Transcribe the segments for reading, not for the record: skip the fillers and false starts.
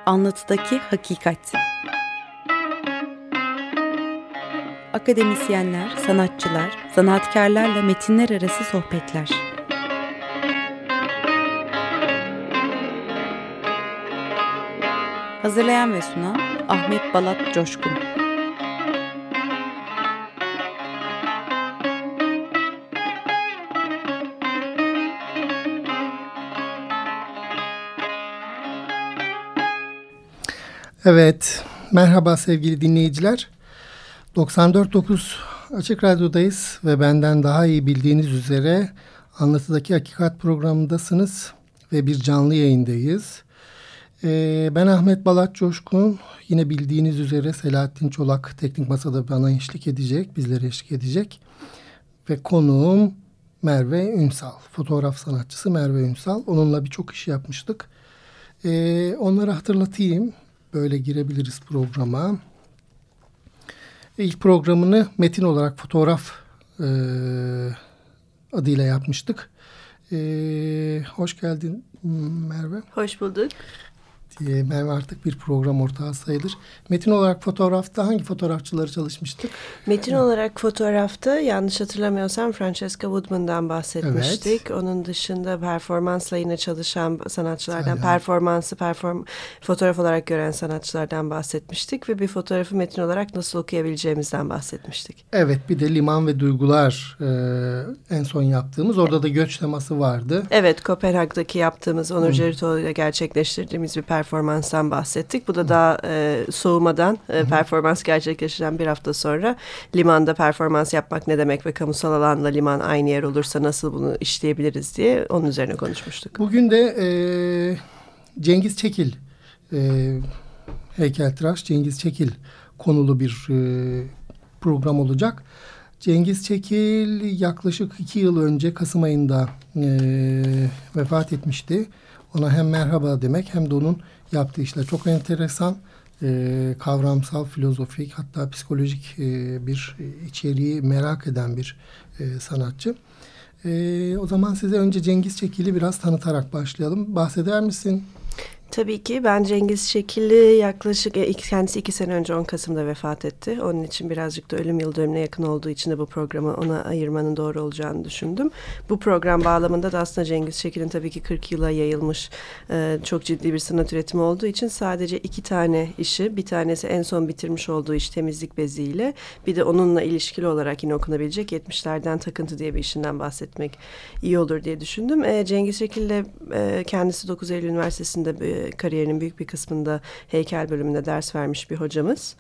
Anlatıdaki hakikat. Akademisyenler, sanatçılar, sanatkarlarla metinler arası sohbetler. Hazırlayan ve sunan Ahmet Balat Coşkun. Evet, merhaba sevgili dinleyiciler. 94.9 Açık Radyo'dayız ve benden daha iyi bildiğiniz üzere Anlatıdaki Hakikat programındasınız ve bir canlı yayındayız. Ben Ahmet Balat Coşkun, yine bildiğiniz üzere Selahattin Çolak Teknik Masa'da bana eşlik edecek, bizlere eşlik edecek. Ve konuğum Merve Ünsal, fotoğraf sanatçısı Merve Ünsal. Onunla birçok iş yapmıştık. Onları hatırlatayım. Böyle girebiliriz programa. İlk programını metin olarak fotoğraf adıyla yapmıştık. Hoş geldin Merve. Hoş bulduk. Merve artık bir program ortağı sayılır. Metin olarak fotoğrafta hangi fotoğrafçıları çalışmıştık? Metin olarak fotoğrafta yanlış hatırlamıyorsam Francesca Woodman'dan bahsetmiştik. Evet. Onun dışında performansla yine çalışan sanatçılardan, performansı fotoğraf olarak gören sanatçılardan bahsetmiştik. Ve bir fotoğrafı metin olarak nasıl okuyabileceğimizden bahsetmiştik. Evet, bir de Liman ve Duygular en son yaptığımız. Orada da göç teması vardı. Evet, Kopenhag'daki yaptığımız Onur Ceritoğlu ile gerçekleştirdiğimiz bir performanstan bahsettik. Bu da daha soğumadan performans gerçekleştiren bir hafta sonra limanda performans yapmak ne demek ve kamusal alanla liman aynı yer olursa nasıl bunu işleyebiliriz diye onun üzerine konuşmuştuk. Bugün de Cengiz Çekil, heykeltıraş Cengiz Çekil konulu bir program olacak. Cengiz Çekil yaklaşık 2 yıl önce Kasım ayında vefat etmişti. Ona hem merhaba demek hem de onun yaptığı işler çok enteresan, kavramsal, filozofik, hatta psikolojik bir içeriği merak eden bir sanatçı. O zaman size önce Cengiz Çekil'i biraz tanıtarak başlayalım. Bahseder misin? Tabii ki. Ben Cengiz Çekil'i yaklaşık kendisi 2 sene önce 10 Kasım'da vefat etti. Onun için birazcık da ölüm yıl dönümüne yakın olduğu için de bu programı ona ayırmanın doğru olacağını düşündüm. Bu program bağlamında da aslında Cengiz Çekil'in tabii ki 40 yıla yayılmış çok ciddi bir sanat üretimi olduğu için sadece 2 tane işi, bir tanesi en son bitirmiş olduğu iş Temizlik Bezi'yle, bir de onunla ilişkili olarak yine okunabilecek 70'lerden Takıntı diye bir işinden bahsetmek iyi olur diye düşündüm. Cengiz Çekil'le kendisi 9 Eylül Üniversitesi'nde kariyerinin büyük bir kısmında heykel bölümünde ders vermiş bir hocamız.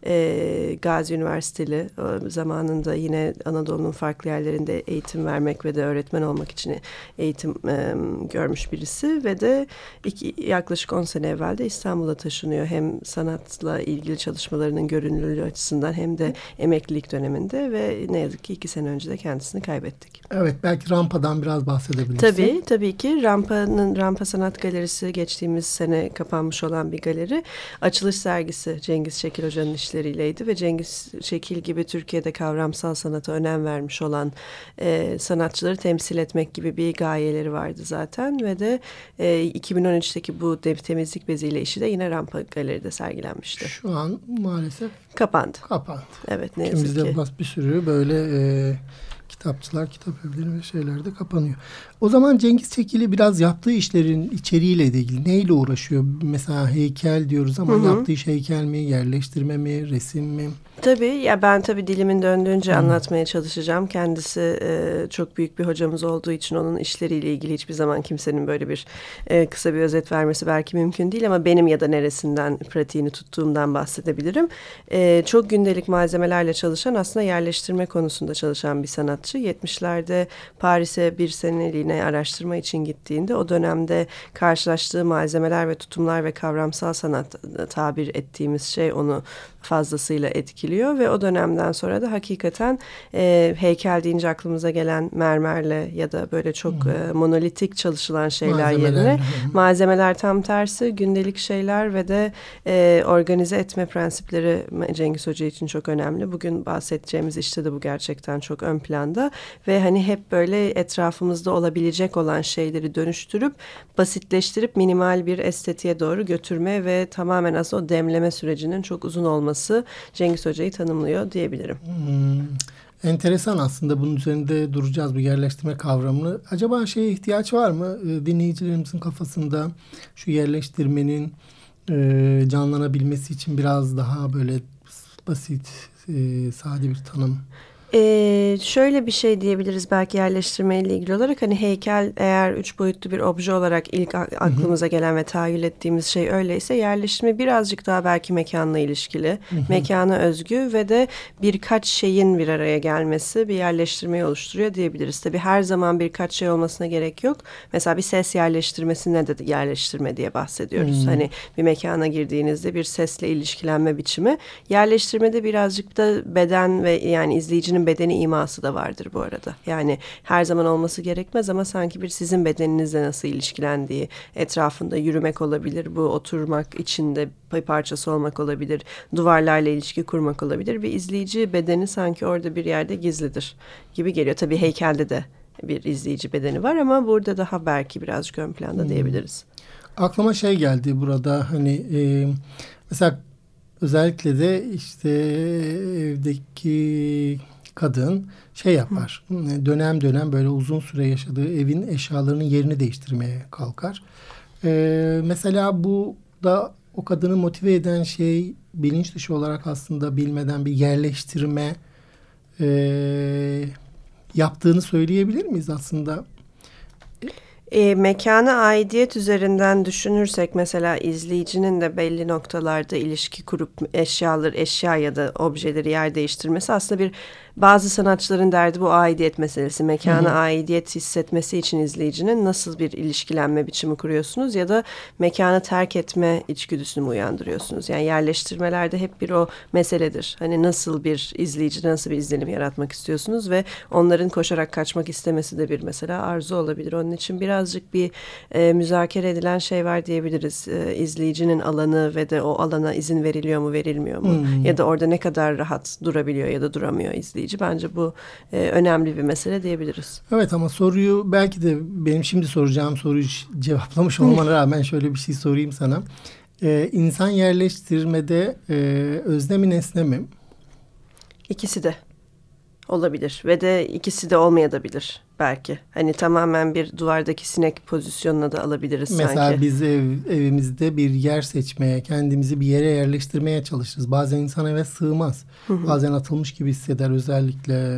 Gazi Üniversiteli, zamanında yine Anadolu'nun farklı yerlerinde eğitim vermek ve de öğretmen olmak için eğitim görmüş birisi ve de yaklaşık 10 sene evvel de İstanbul'a taşınıyor. Hem sanatla ilgili çalışmalarının görünürlüğü açısından hem de emeklilik döneminde ve ne yazık ki 2 sene önce de kendisini kaybettik. Evet, belki Rampa'dan biraz bahsedebilirsin. Tabii ki. Rampa Sanat Galerisi geçtiğimiz sene kapanmış olan bir galeri. Açılış sergisi Cengiz Çekil Hoca'nın işleriyleydi ve Cengiz Çekil gibi Türkiye'de kavramsal sanata önem vermiş olan sanatçıları temsil etmek gibi bir gayeleri vardı zaten ve de 2013'teki bu Temizlik Bezi'yle işi de yine Rampa Galeri'de sergilenmişti. Şu an maalesef kapandı. Evet, ne yazık ki. Bizde bir sürü böyle kitapçılar, kitap evleri ve şeyler de kapanıyor. O zaman Cengiz Çekil'i biraz yaptığı işlerin içeriğiyle de ilgili neyle uğraşıyor? Mesela heykel diyoruz ama yaptığı iş heykel mi, yerleştirme mi, resim mi? Tabii ya, ben tabii dilimin döndüğünce anlatmaya çalışacağım. Kendisi çok büyük bir hocamız olduğu için onun işleriyle ilgili hiçbir zaman kimsenin böyle bir kısa bir özet vermesi belki mümkün değil ama benim ya da neresinden pratiğini tuttuğumdan bahsedebilirim. Çok gündelik malzemelerle çalışan, aslında yerleştirme konusunda çalışan bir sanatçı. 70'lerde Paris'e bir seneliğine araştırma için gittiğinde o dönemde karşılaştığı malzemeler ve tutumlar ve kavramsal sanat tabir ettiğimiz şey onu fazlasıyla etkiliyor ve o dönemden sonra da hakikaten heykel deyince aklımıza gelen mermerle ya da böyle çok monolitik çalışılan şeyler yerine malzemeler tam tersi gündelik şeyler ve de organize etme prensipleri Cengiz Hoca için çok önemli. Bugün bahsedeceğimiz işte de bu gerçekten çok ön planda. durumda ve hani hep böyle etrafımızda olabilecek olan şeyleri dönüştürüp basitleştirip minimal bir estetiğe doğru götürme ve tamamen aslında o demleme sürecinin çok uzun olması Cengiz Hoca'yı tanımlıyor diyebilirim. Enteresan, aslında bunun üzerinde duracağız, bu yerleştirme kavramını. Acaba şeye ihtiyaç var mı? Dinleyicilerimizin kafasında şu yerleştirmenin canlanabilmesi için biraz daha böyle basit, sade bir tanım. Şöyle bir şey diyebiliriz belki yerleştirme ile ilgili olarak, hani heykel eğer 3 boyutlu bir obje olarak ilk aklımıza gelen ve tahayyül ettiğimiz şey öyleyse, yerleştirme birazcık daha belki mekanla ilişkili, mekana özgü ve de birkaç şeyin bir araya gelmesi bir yerleştirmeyi oluşturuyor diyebiliriz. Tabii her zaman birkaç şey olmasına gerek yok. Mesela bir ses yerleştirmesine de yerleştirme diye bahsediyoruz. Hani bir mekana girdiğinizde bir sesle ilişkilenme biçimi. Yerleştirmede birazcık da beden ve yani izleyicinin bedeni iması da vardır bu arada. Yani her zaman olması gerekmez ama sanki bir sizin bedeninizle nasıl ilişkilendiği, etrafında yürümek olabilir, bu oturmak, içinde bir parçası olmak olabilir, duvarlarla ilişki kurmak olabilir. Bir izleyici bedeni sanki orada bir yerde gizlidir gibi geliyor. Tabii heykelde de bir izleyici bedeni var ama burada daha belki birazcık ön planda diyebiliriz. Aklıma şey geldi burada, hani mesela özellikle de işte evdeki kadın şey yapar. Dönem dönem böyle uzun süre yaşadığı evin eşyalarının yerini değiştirmeye kalkar. Mesela bu da o kadını motive eden şey, bilinç dışı olarak aslında bilmeden bir yerleştirme yaptığını söyleyebilir miyiz aslında? Mekana aidiyet üzerinden düşünürsek mesela izleyicinin de belli noktalarda ilişki kurup eşya ya da objeleri yer değiştirmesi aslında bir, bazı sanatçıların derdi bu aidiyet meselesi. Mekana aidiyet hissetmesi için izleyicinin nasıl bir ilişkilenme biçimi kuruyorsunuz ya da mekanı terk etme içgüdüsünü mü uyandırıyorsunuz? Yani yerleştirmelerde hep bir o meseledir. Hani nasıl bir izleyici, nasıl bir izlenim yaratmak istiyorsunuz ve onların koşarak kaçmak istemesi de bir mesela arzu olabilir. Onun için birazcık bir müzakere edilen şey var diyebiliriz. İzleyicinin alanı ve de o alana izin veriliyor mu, verilmiyor mu? Ya da orada ne kadar rahat durabiliyor ya da duramıyor izleyici. Bence bu önemli bir mesele diyebiliriz. Evet, ama soruyu belki de benim şimdi soracağım soruyu cevaplamış olmana rağmen şöyle bir şey sorayım sana. İnsan yerleştirmede özne mi, nesne mi? İkisi de olabilir ve de ikisi de olmayabilir belki. Hani tamamen bir duvardaki sinek pozisyonuna da alabiliriz Mesela sanki. biz evimizde bir yer seçmeye, kendimizi bir yere yerleştirmeye çalışırız. Bazen insan eve sığmaz. Bazen atılmış gibi hisseder. Özellikle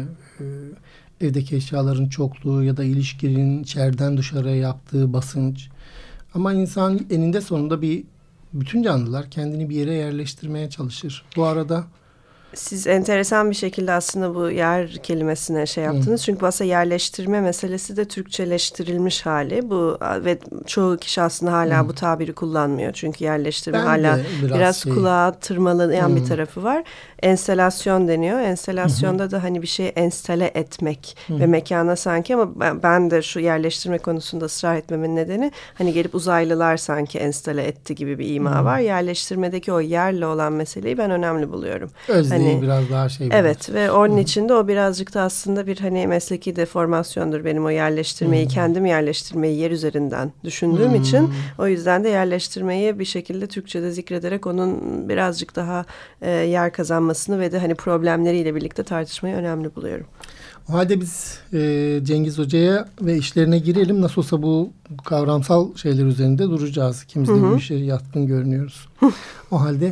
evdeki eşyaların çokluğu ya da ilişkinin içeriden dışarıya yaptığı basınç. Ama insan eninde sonunda bütün canlılar kendini bir yere yerleştirmeye çalışır. Bu arada Siz enteresan bir şekilde aslında bu yer kelimesine şey yaptınız. Çünkü aslında yerleştirme meselesi de Türkçeleştirilmiş hali. Bu ve çoğu kişi aslında hala bu tabiri kullanmıyor. Çünkü yerleştirme hala biraz kulağa tırmalayan bir tarafı var. Enstelasyon deniyor. Enstelasyonda da hani bir şeyi enstale etmek ve mekana sanki, ama ben de şu yerleştirme konusunda ısrar etmemin nedeni hani gelip uzaylılar sanki enstale etti gibi bir ima var. Yerleştirmedeki o yerle olan meseleyi ben önemli buluyorum. Özneyi biraz daha şey. Evet ve onun için de o birazcık da aslında bir hani mesleki deformasyondur benim o yerleştirmeyi, kendim yerleştirmeyi yer üzerinden düşündüğüm için. O yüzden de yerleştirmeyi bir şekilde Türkçe'de zikrederek onun birazcık daha yer kazanmasını ve de hani problemleriyle birlikte tartışmayı önemli buluyorum. O halde biz Cengiz Hoca'ya ve işlerine girelim. Nasıl olsa bu kavramsal şeyler üzerinde duracağız. İkimiz de bu işe yatkın görünüyoruz. O halde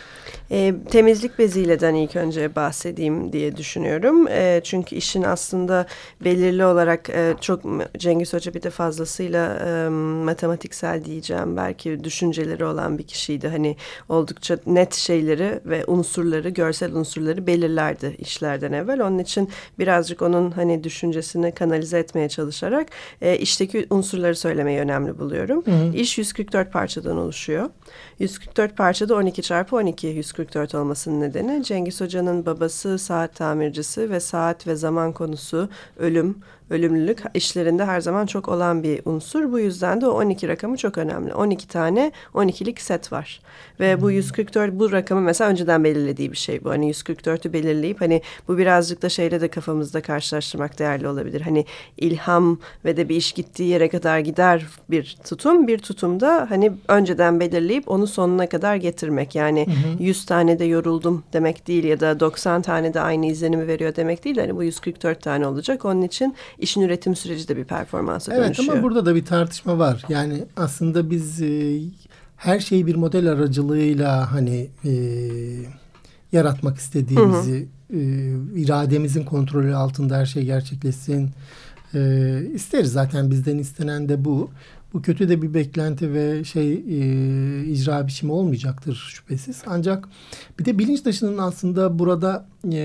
Temizlik beziyleden ilk önce bahsedeyim diye düşünüyorum. Çünkü işin aslında belirli olarak çok Cengiz Hoca bir de fazlasıyla matematiksel diyeceğim. Belki düşünceleri olan bir kişiydi. Hani oldukça net şeyleri ve unsurları, görsel unsurları belirlerdi işlerden evvel. Onun için birazcık onun hani düşüncesini kanalize etmeye çalışarak işteki unsurları söylemeyi önemli buluyorum. İş 144 parçadan oluşuyor. 144 parçada 12 çarpı 12, 144 144 olmasının nedeni Cengiz Hoca'nın babası saat tamircisi ve saat ve zaman konusu ölümlülük işlerinde her zaman çok olan bir unsur. Bu yüzden de o 12 rakamı çok önemli. 12 tane 12'lik set var. Ve bu 144 bu rakamı mesela önceden belirlediği bir şey bu. Hani 144'ü belirleyip hani bu birazcık da şeyle de kafamızda karşılaştırmak değerli olabilir. Hani ilham ve de bir iş gittiği yere kadar gider bir tutum. Bir tutumda hani önceden belirleyip onu sonuna kadar getirmek. Yani 100 tane de yoruldum demek değil ya da 90 tane de aynı izlenimi veriyor demek değil. Hani bu 144 tane olacak. Onun için İşin üretim süreci de bir performansa dönüşüyor. Evet ama burada da bir tartışma var. Yani aslında biz her şeyi bir model aracılığıyla hani yaratmak istediğimizi, irademizin kontrolü altında her şey gerçekleşsin isteriz. Zaten bizden istenen de bu. Bu kötü de bir beklenti ve icra biçimi olmayacaktır şüphesiz. Ancak bir de bilinç dışının aslında burada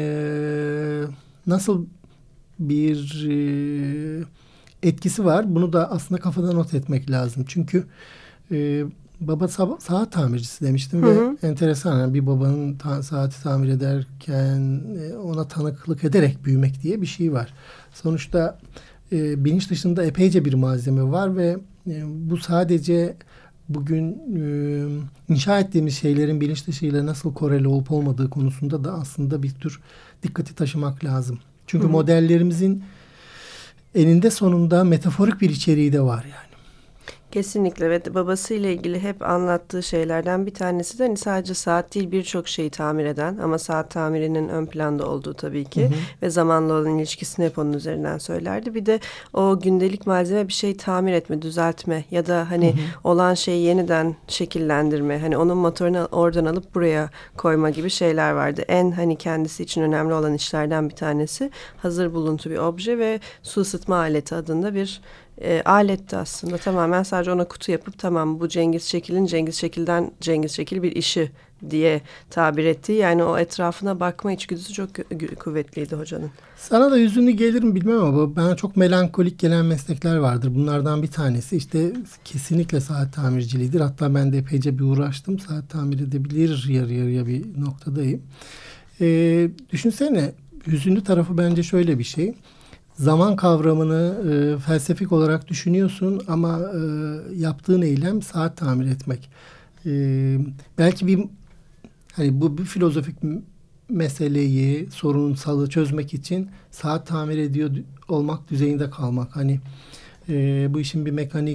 nasıl bir etkisi var. Bunu da aslında kafada not etmek lazım. Çünkü baba saat tamircisi demiştim ve enteresan. Yani bir babanın saati tamir ederken ona tanıklık ederek büyümek diye bir şey var. Sonuçta bilinç dışında epeyce bir malzeme var ve bu sadece bugün inşa ettiğimiz şeylerin bilinç dışıyla nasıl koreli olup olmadığı konusunda da aslında bir tür dikkati taşımak lazım. Çünkü modellerimizin eninde sonunda metaforik bir içeriği de var yani. Kesinlikle ve babasıyla ilgili hep anlattığı şeylerden bir tanesi de hani sadece saat değil birçok şeyi tamir eden ama saat tamirinin ön planda olduğu tabii ki ve zamanla olan ilişkisini hep onun üzerinden söylerdi. Bir de o gündelik malzeme bir şey tamir etme, düzeltme ya da hani olan şeyi yeniden şekillendirme, hani onun motorunu oradan alıp buraya koyma gibi şeyler vardı. En hani kendisi için önemli olan işlerden bir tanesi hazır buluntu bir obje ve su ısıtma aleti adında bir aletti aslında. Tamamen sadece ona kutu yapıp tamam bu Cengiz Şekil'in Cengiz Şekil'den Cengiz Şekil bir işi diye tabir ettiği. Yani o etrafına bakma içgüdüsü çok kuvvetliydi hocanın. Sana da hüzünlü gelir mi bilmem ama bana çok melankolik gelen meslekler vardır. Bunlardan bir tanesi işte kesinlikle saat tamirciliğidir. Hatta ben de epeyce bir uğraştım. Saat tamir edebilir yarı yarıya bir noktadayım. Düşünsene hüzünlü tarafı bence şöyle bir şey. Zaman kavramını felsefik olarak düşünüyorsun ama yaptığın eylem saat tamir etmek. Belki bu bir filozofik meseleyi, sorunsalı çözmek için saat tamir ediyor olmak düzeyinde kalmak. Hani bu işin bir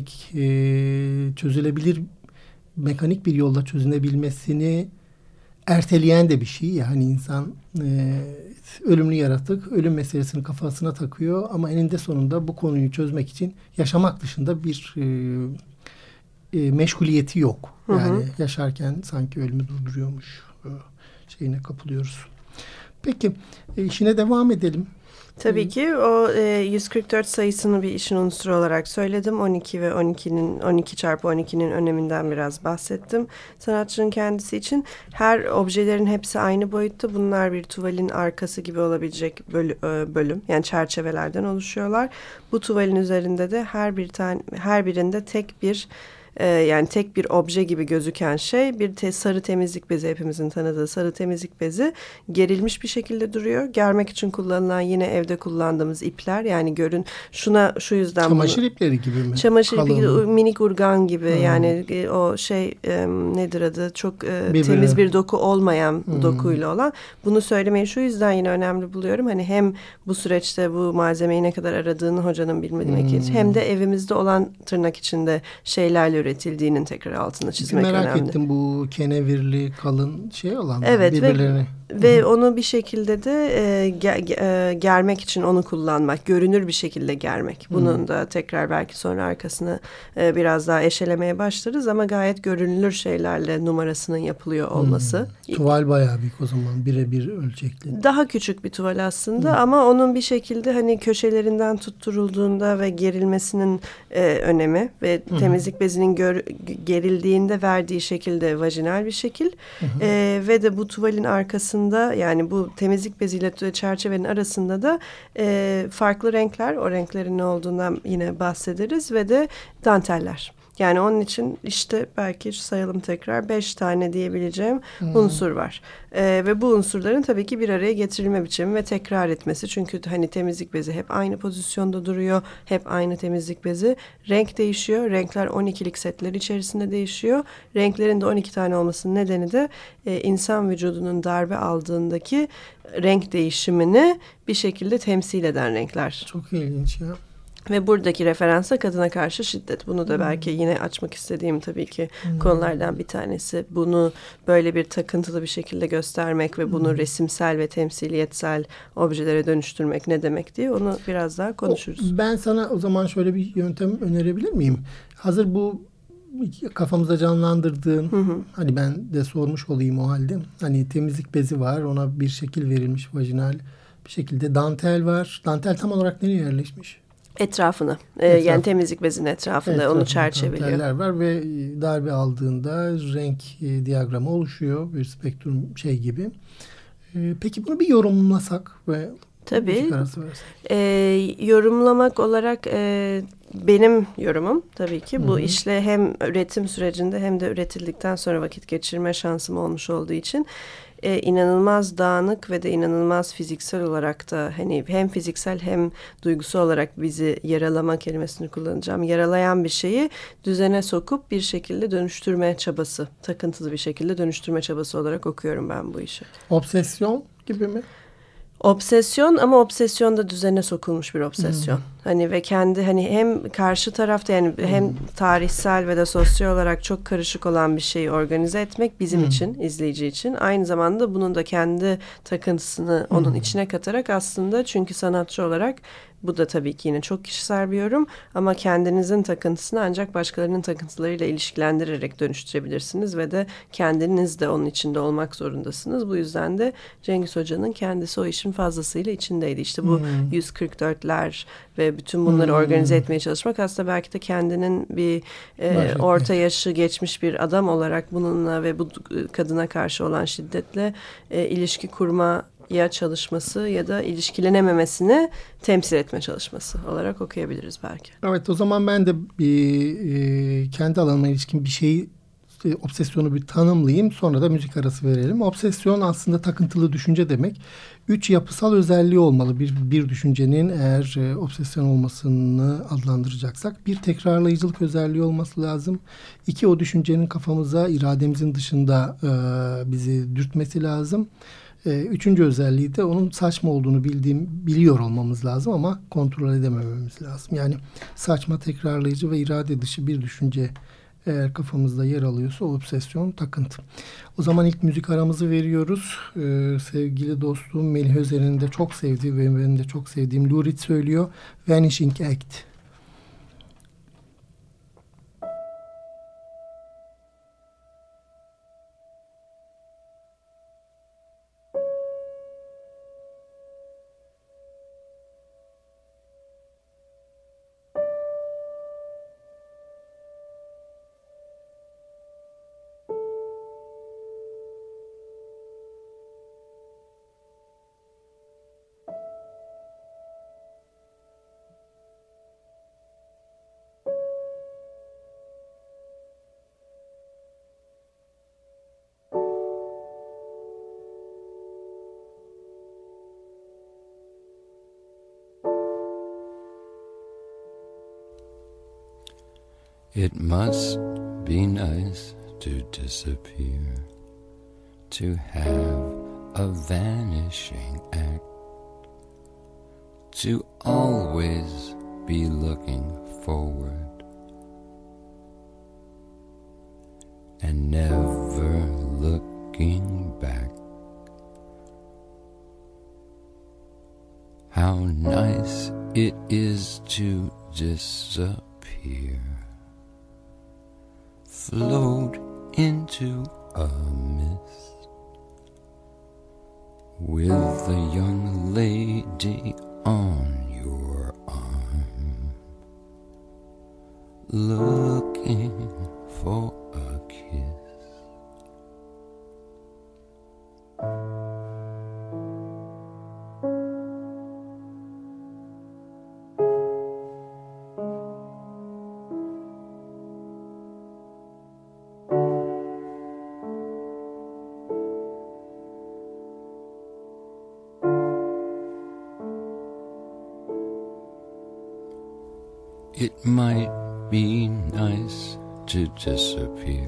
mekanik bir yolla çözülebilmesini erteleyen de bir şey. Yani insan ölümlü yaratık ölüm meselesini kafasına takıyor ama eninde sonunda bu konuyu çözmek için yaşamak dışında bir meşguliyeti yok. Yani yaşarken sanki ölümü durduruyormuş şeyine kapılıyoruz. Peki işine devam edelim. Tabii ki o 144 sayısını bir işin unsuru olarak söyledim. 12 ve 12 çarpı 12'nin öneminden biraz bahsettim. Sanatçının kendisi için her objelerin hepsi aynı boyutta. Bunlar bir tuvalin arkası gibi olabilecek bölüm. Yani çerçevelerden oluşuyorlar. Bu tuvalin üzerinde de her birinde tek bir obje gibi gözüken şey bir sarı temizlik bezi, hepimizin tanıdığı sarı temizlik bezi gerilmiş bir şekilde duruyor. Germek için kullanılan yine evde kullandığımız ipler, yani şu yüzden çamaşır ipleri gibi mi? Çamaşır ipi gibi, minik urgan gibi yani o nedir adı, çok temiz bir doku olmayan dokuyla olan. Bunu söylemeyi şu yüzden yine önemli buluyorum. Hani hem bu süreçte bu malzemeyi ne kadar aradığını hocanın bilmediğim için hem de evimizde olan tırnak içinde şeylerle üretildiğinin tekrar altını çizmek önemli. Merak ettim bu kenevirli kalın olan birbirlerini. Ve onu bir şekilde de germek için onu kullanmak, görünür bir şekilde germek. Bunun da tekrar belki sonra arkasını biraz daha eşelemeye başlarız ama gayet görünür şeylerle numarasının yapılıyor olması. Tuval bayağı büyük o zaman, birebir ölçekli. Daha küçük bir tuval aslında ama onun bir şekilde hani köşelerinden tutturulduğunda ve gerilmesinin önemi ve temizlik bezinin gerildiğinde verdiği şekilde vajinal bir şekil ve de bu tuvalin arkasında, yani bu temizlik beziyle çerçevenin arasında da farklı renkler, o renklerin ne olduğundan yine bahsederiz ve de danteller. Yani onun için işte belki sayalım tekrar 5 tane diyebileceğim unsur var. Ve bu unsurların tabii ki bir araya getirilme biçimi ve tekrar etmesi. Çünkü hani temizlik bezi hep aynı pozisyonda duruyor. Hep aynı temizlik bezi. Renk değişiyor. Renkler 12'lik setler içerisinde değişiyor. Renklerin de 12 tane olmasının nedeni de insan vücudunun darbe aldığındaki renk değişimini bir şekilde temsil eden renkler. Çok ilginç ya. Ve buradaki referansa kadına karşı şiddet. Bunu da belki yine açmak istediğim tabii ki konulardan bir tanesi. Bunu böyle bir takıntılı bir şekilde göstermek ve bunu resimsel ve temsiliyetsel objelere dönüştürmek ne demek diye onu biraz daha konuşuruz. Ben sana o zaman şöyle bir yöntem önerebilir miyim? Hazır bu kafamıza canlandırdığın, hani ben de sormuş olayım o halde. Hani temizlik bezi var, ona bir şekil verilmiş vajinal bir şekilde. Dantel var. Dantel tam olarak nereye yerleşmiş? Etrafına. Yani temizlik bezinin etrafında onu çerçeveliyor. Danteller var ve darbe aldığında renk diyagramı oluşuyor. Bir spektrum şey gibi. Peki bunu bir yorumlasak ve tabii. Yorumlamak olarak benim yorumum tabii ki bu işle hem üretim sürecinde hem de üretildikten sonra vakit geçirme şansım olmuş olduğu için inanılmaz dağınık ve de inanılmaz fiziksel olarak da hani hem fiziksel hem duygusal olarak bizi yaralama kelimesini kullanacağım. Yaralayan bir şeyi düzene sokup bir şekilde dönüştürme çabası, takıntılı bir şekilde dönüştürme çabası olarak okuyorum ben bu işi. Obsesyon gibi mi? Obsesyon ama obsesyon da düzene sokulmuş bir obsesyon. Hani ve kendi hani hem karşı tarafta yani hem tarihsel ve de sosyal olarak çok karışık olan bir şeyi organize etmek bizim için, izleyici için. Aynı zamanda bunun da kendi takıntısını onun içine katarak aslında çünkü sanatçı olarak bu da tabii ki yine çok kişisel bir yorum ama kendinizin takıntısını ancak başkalarının takıntılarıyla ilişkilendirerek dönüştürebilirsiniz ve de kendiniz de onun içinde olmak zorundasınız. Bu yüzden de Cengiz Hoca'nın kendisi o işin fazlasıyla içindeydi. İşte bu 144'ler ve bütün bunları organize etmeye çalışmak aslında belki de kendinin bir orta yaşı geçmiş bir adam olarak bununla ve bu kadına karşı olan şiddetle ilişki kurma ya çalışması ya da ilişkilenememesini temsil etme çalışması olarak okuyabiliriz belki. Evet, o zaman ben de kendi alanıma ilişkin bir şeyi obsesyonu bir tanımlayayım, sonra da müzik arası verelim. Obsesyon aslında takıntılı düşünce demek. 3 yapısal özelliği olmalı bir düşüncenin eğer obsesyon olmasını adlandıracaksak. 1 tekrarlayıcılık özelliği olması lazım. 2 o düşüncenin kafamıza irademizin dışında bizi dürtmesi lazım. 3. özelliği de onun saçma olduğunu biliyor olmamız lazım ama kontrol edemememiz lazım. Yani saçma, tekrarlayıcı ve irade dışı bir düşünce eğer kafamızda yer alıyorsa o obsesyon, takıntı. O zaman ilk müzik aramızı veriyoruz. Sevgili dostum Melih Özer'in de çok sevdiği ve benim de çok sevdiğim Lou Reed söylüyor. Vanishing Act. It must be nice to disappear, to have a vanishing act, to always be looking forward and never looking back. How nice it is to disappear, float into a mist with a young lady on your arm, looking for a kiss. It might be nice to disappear,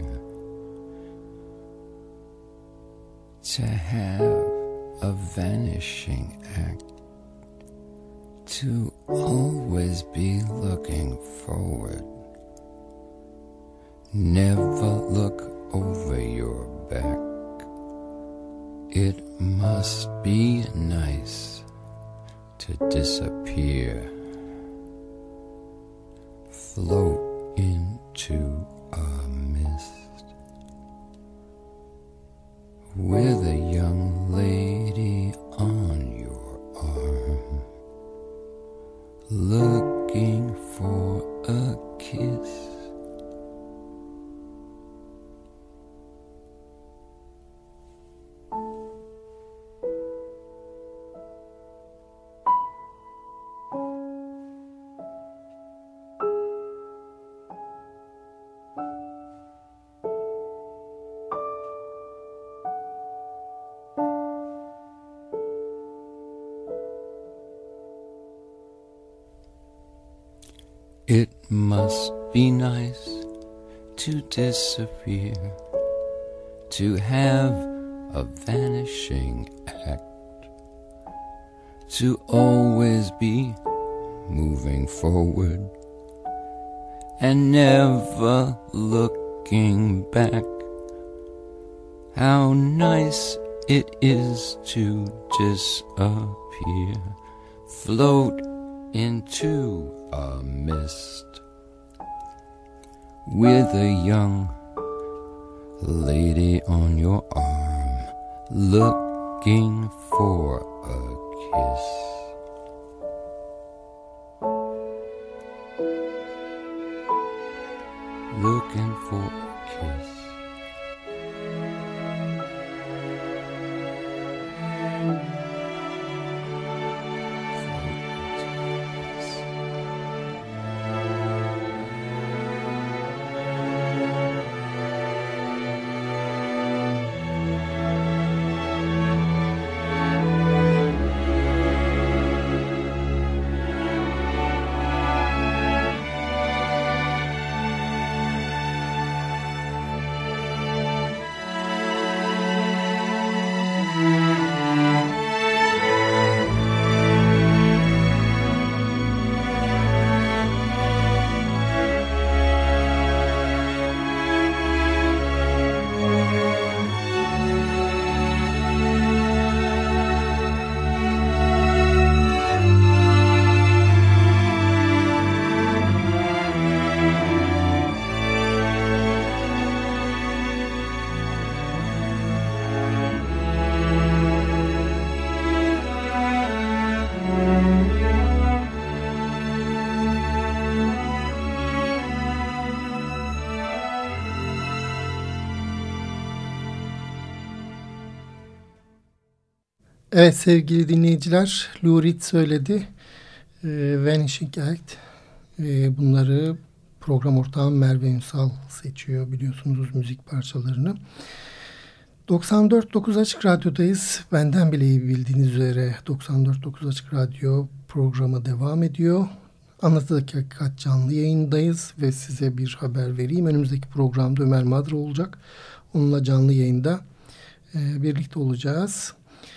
to have a vanishing act, to always be looking forward. Never look over your back. It must be nice to disappear, float into a mist with a young lady on your arm, looking for a kiss. It must be nice to disappear, to have a vanishing act, to always be moving forward and never looking back. How nice it is to disappear, float into a mist with a young lady on your arm, looking for a kiss. Looking for a kiss. Evet sevgili dinleyiciler, Lou Reed söyledi. Vanishing Act. Bunları program ortağım Merve Ünsal seçiyor, biliyorsunuz müzik parçalarını. 94.9 Açık Radyo'dayız. Benden bile iyi bildiğiniz üzere 94.9 Açık Radyo programı devam ediyor. Anlatıdaki Hakikat canlı yayındayız ve size bir haber vereyim. Önümüzdeki programda Ömer Madra olacak. Onunla canlı yayında birlikte olacağız.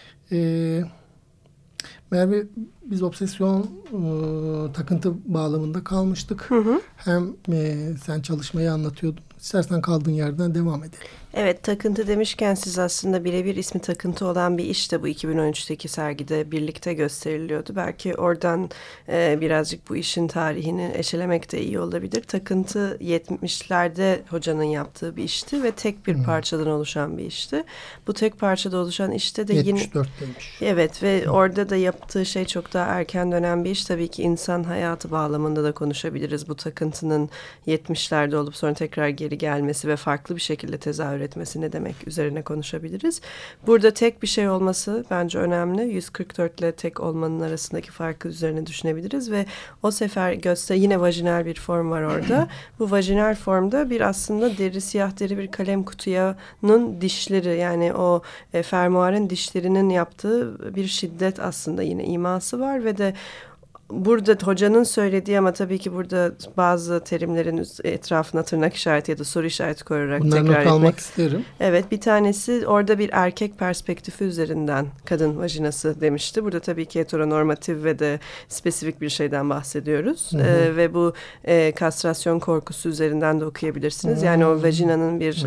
Merve, biz obsesyon takıntı bağlamında kalmıştık. Hem sen çalışmayı anlatıyordun. İstersen kaldığın yerden devam edelim. Evet, takıntı demişken siz aslında birebir ismi takıntı olan bir iş de bu 2013'teki sergide birlikte gösteriliyordu. Belki oradan birazcık bu işin tarihini eşelemek de iyi olabilir. Takıntı 70'lerde hocanın yaptığı bir işti ve tek bir parçadan oluşan bir işti. Bu tek parçada oluşan işte de 74'teymiş. Evet ve orada da yaptığı şey çok daha erken dönem bir iş. Tabii ki insan hayatı bağlamında da konuşabiliriz. Bu takıntının 70'lerde olup sonra tekrar geri gelmesi ve farklı bir şekilde tezahür etmesi ne demek üzerine konuşabiliriz. Burada tek bir şey olması bence önemli. 144 ile tek olmanın arasındaki farkı üzerine düşünebiliriz ve o sefer yine vajinal bir form var orada. Bu vajinal formda bir aslında siyah deri bir kalem kutuyanın dişleri, yani o fermuarın dişlerinin yaptığı bir şiddet aslında yine iması var ve de burada hocanın söylediği ama tabii ki burada bazı terimlerin etrafına tırnak işareti ya da soru işareti koyarak bunları tekrar not almak isterim. Evet, bir tanesi orada bir erkek perspektifi üzerinden kadın vajinası demişti. Burada tabii ki heteronormatif ve de spesifik bir şeyden bahsediyoruz. Ve bu kastrasyon korkusu üzerinden de okuyabilirsiniz. Yani o vajinanın bir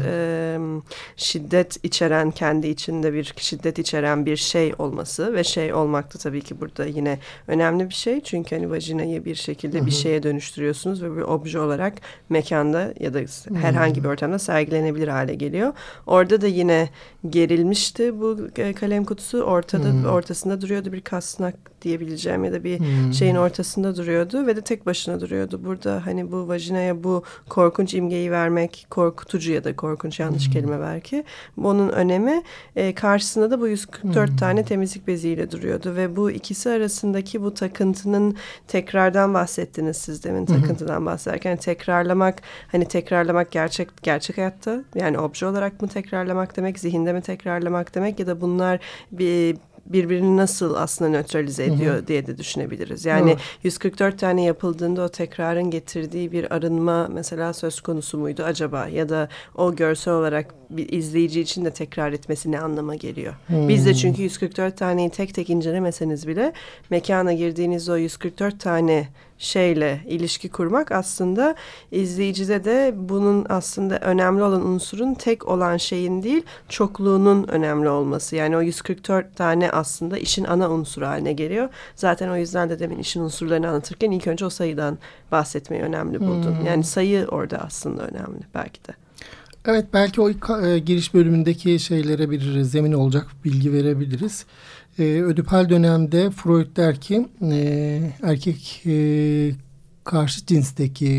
şiddet içeren, kendi içinde bir şiddet içeren bir şey olması ve şey olmak da tabii ki burada yine önemli bir şey. Çünkü hani vajinayı bir şekilde bir şeye dönüştürüyorsunuz ve bir obje olarak mekanda ya da herhangi bir ortamda sergilenebilir hale geliyor. Orada da yine gerilmişti bu kalem kutusu. Ortasında duruyordu bir kasnak diyebileceğim ya da bir şeyin ortasında duruyordu ve de tek başına duruyordu. Burada hani bu vajinaya bu korkunç imgeyi vermek, korkutucu ya da korkunç yanlış kelime belki. Bunun önemi karşısında da bu 144 tane temizlik beziyle duruyordu ve bu ikisi arasındaki bu takıntının tekrardan bahsettiniz siz demin takıntıdan bahsederken tekrarlamak gerçek hayatta yani obje olarak mı tekrarlamak demek, zihinde mi tekrarlamak demek ya da bunlar birbirini nasıl aslında nötralize ediyor diye de düşünebiliriz. Yani 144 tane yapıldığında o tekrarın getirdiği bir arınma mesela söz konusu muydu acaba? Ya da o görsel olarak bir izleyici için de tekrar etmesi ne anlama geliyor? Biz de çünkü 144 taneyi tek tek incelemeseniz bile mekana girdiğiniz o 144 tane şeyle ilişki kurmak aslında izleyicide de bunun aslında önemli olan unsurun tek olan şeyin değil çokluğunun önemli olması. Yani o 144 tane aslında işin ana unsuru haline geliyor. Zaten o yüzden de demin işin unsurlarını anlatırken ilk önce o sayıdan bahsetmeyi önemli buldum. Yani sayı orada aslında önemli belki de. Evet, belki o giriş bölümündeki şeylere bir zemin olacak bilgi verebiliriz. Ödipal dönemde Freud der ki erkek karşı cinsteki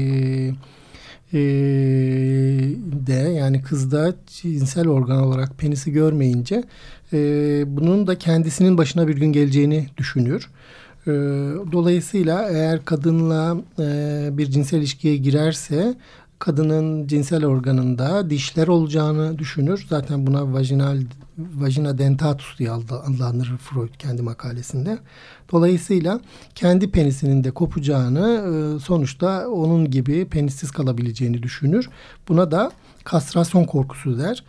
de yani kızda cinsel organ olarak penisi görmeyince bunun da kendisinin başına bir gün geleceğini düşünür. Dolayısıyla eğer kadınla bir cinsel ilişkiye girerse kadının cinsel organında dişler olacağını düşünür. Zaten buna vagina dentatus diye adlandırır Freud kendi makalesinde. Dolayısıyla kendi penisinin de kopacağını, sonuçta onun gibi penissiz kalabileceğini düşünür. Buna da kastrasyon korkusu der.